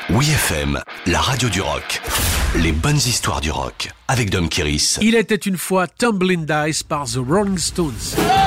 Oui FM, la radio du rock. Les bonnes histoires du rock avec Dom Kiris. Il était une fois Tumbling Dice par The Rolling Stones.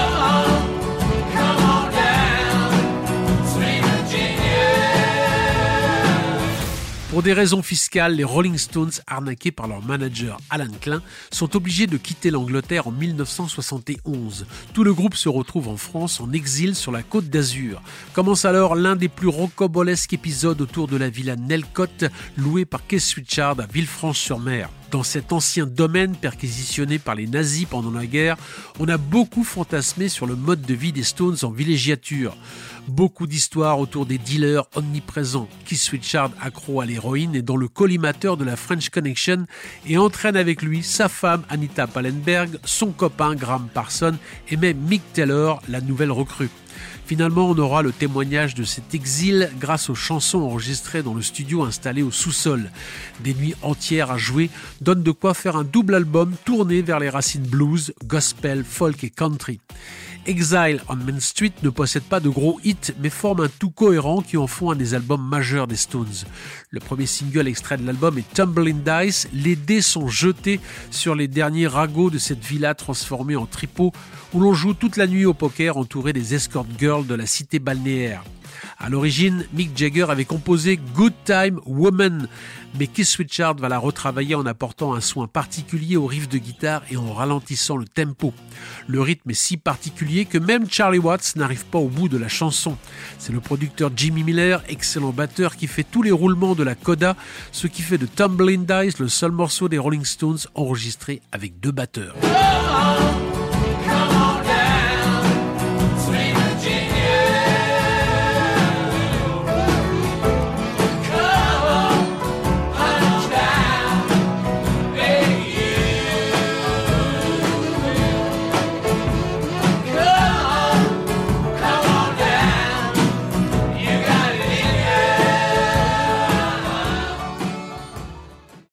Pour des raisons fiscales, les Rolling Stones, arnaqués par leur manager Alan Klein, sont obligés de quitter l'Angleterre en 1971. Tout le groupe se retrouve en France en exil sur la Côte d'Azur. Commence alors l'un des plus rocambolesques épisodes autour de la villa Nelcott, louée par Keith Richards à Villefranche-sur-Mer. Dans cet ancien domaine perquisitionné par les nazis pendant la guerre, on a beaucoup fantasmé sur le mode de vie des Stones en villégiature. Beaucoup d'histoires autour des dealers omniprésents. Keith Richards, accro à l'héroïne, est dans le collimateur de la French Connection et entraîne avec lui sa femme Anita Pallenberg, son copain Graham Parsons et même Mick Taylor, la nouvelle recrue. Finalement, on aura le témoignage de cet exil grâce aux chansons enregistrées dans le studio installé au sous-sol. Des nuits entières à jouer donnent de quoi faire un double album tourné vers les racines blues, gospel, folk et country. Exile on Main Street ne possède pas de gros hits, mais forme un tout cohérent qui en font un des albums majeurs des Stones. Le premier single extrait de l'album est Tumbling Dice. Les dés sont jetés sur les derniers ragots de cette villa transformée en tripot où l'on joue toute la nuit au poker entouré des escort girls de la cité balnéaire. À l'origine, Mick Jagger avait composé Good Time Woman, mais Keith Richards va la retravailler en apportant un soin particulier au riff de guitare et en ralentissant le tempo. Le rythme est si particulier que même Charlie Watts n'arrive pas au bout de la chanson. C'est le producteur Jimmy Miller, excellent batteur, qui fait tous les roulements de la coda, ce qui fait de Tumbling Dice le seul morceau des Rolling Stones enregistré avec 2 batteurs.